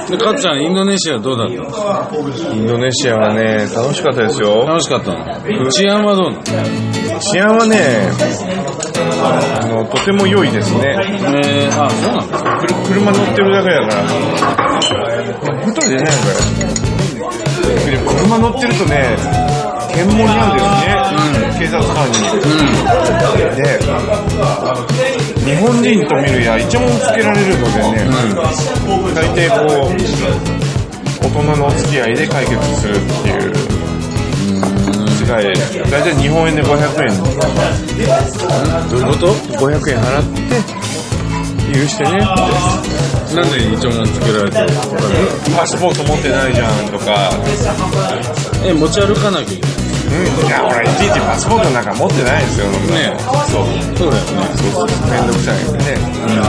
で、かっちゃん、インドネシアどうだった？ インドネシアはね、楽しかったですよ。 楽しかったの？治安はどうなの？ 治安はね、とても良いですね。 あ、そうなんだ。 車乗ってるだけだから。舞台出ないのかよ。車乗ってるとね、検問にあるんですね。警察官に。で、日本人と見るやイチャモンつけられるのでね、大体こう、大人のお付き合いで解決するっていう。大体日本円で500円。 どういうこと？ 500 円払って許してねって。 なんでイチョモンつけられてる？ パスポート持ってないじゃんとか。 持ち歩かなきゃいけない。 いや、ほら、いちいちパスポートなんか持ってないですよ、ね。 そうだよね。 めんどくさいんでね。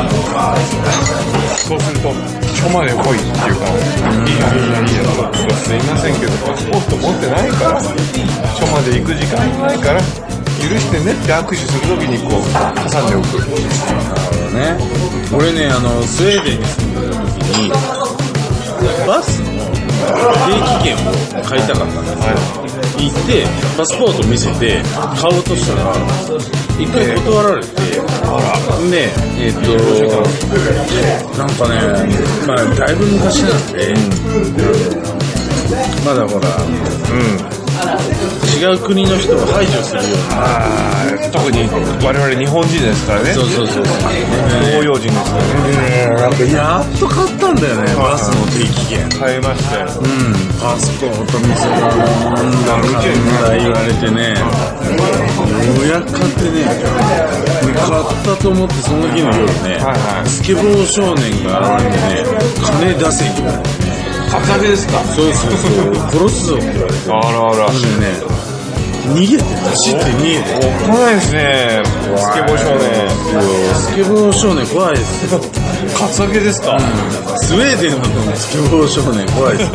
そうすると、署まで来いっていうか、いいや、すいませんけど、パスポート持ってないから、署まで行く時間ないから、許してねって握手するときにこう、挟んでおく。 なるほどね。俺ね、スウェーデンに住んでた時に、バスの定期券を買いたかったんですよ。行ってパスポート見せて買おうとしたら一回断られて、でなんかね、まあだいぶ昔なんで、まだほら、違う国の人を排除するような、 特に我々日本人ですからね。 そう東洋人ですからね。 なんかやっと買ったんだよね、バスの定期券。 買いましたよ。 パスポート見せろなんだ言われてね、ようやく買ってね、買ったと思ってその日の夜ね、スケボー少年が現れてね、金出せって言われてね。 カツアゲですか？ そう殺すぞって言われて。 あら。 それでね、逃げて走って逃げて。 怖いですね、スケボー少年。 スケボー少年怖いですよ。 カツアゲですか？ スウェーデンのスケボー少年怖いです。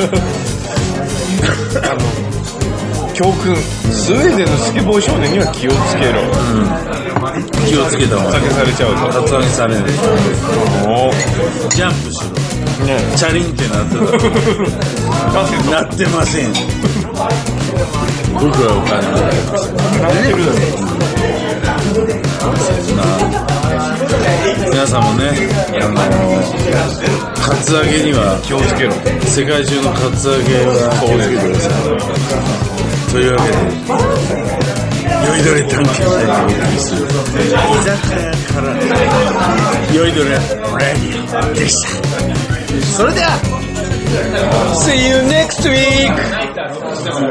教訓、スウェーデンのスケボー少年には気をつけろ。 気をつけた方がいい。 カツアゲされちゃうと。 カツアゲされる。ジャンプしろ。チャリンってなってた。なってません。僕はお金もらいます。皆さんもね、カツアゲには気をつけろ。 世界中のカツアゲは気をつけてください。というわけで、酔いどれ探検隊がお送りする居酒屋から酔いどれラディオでした。それでは See you next week!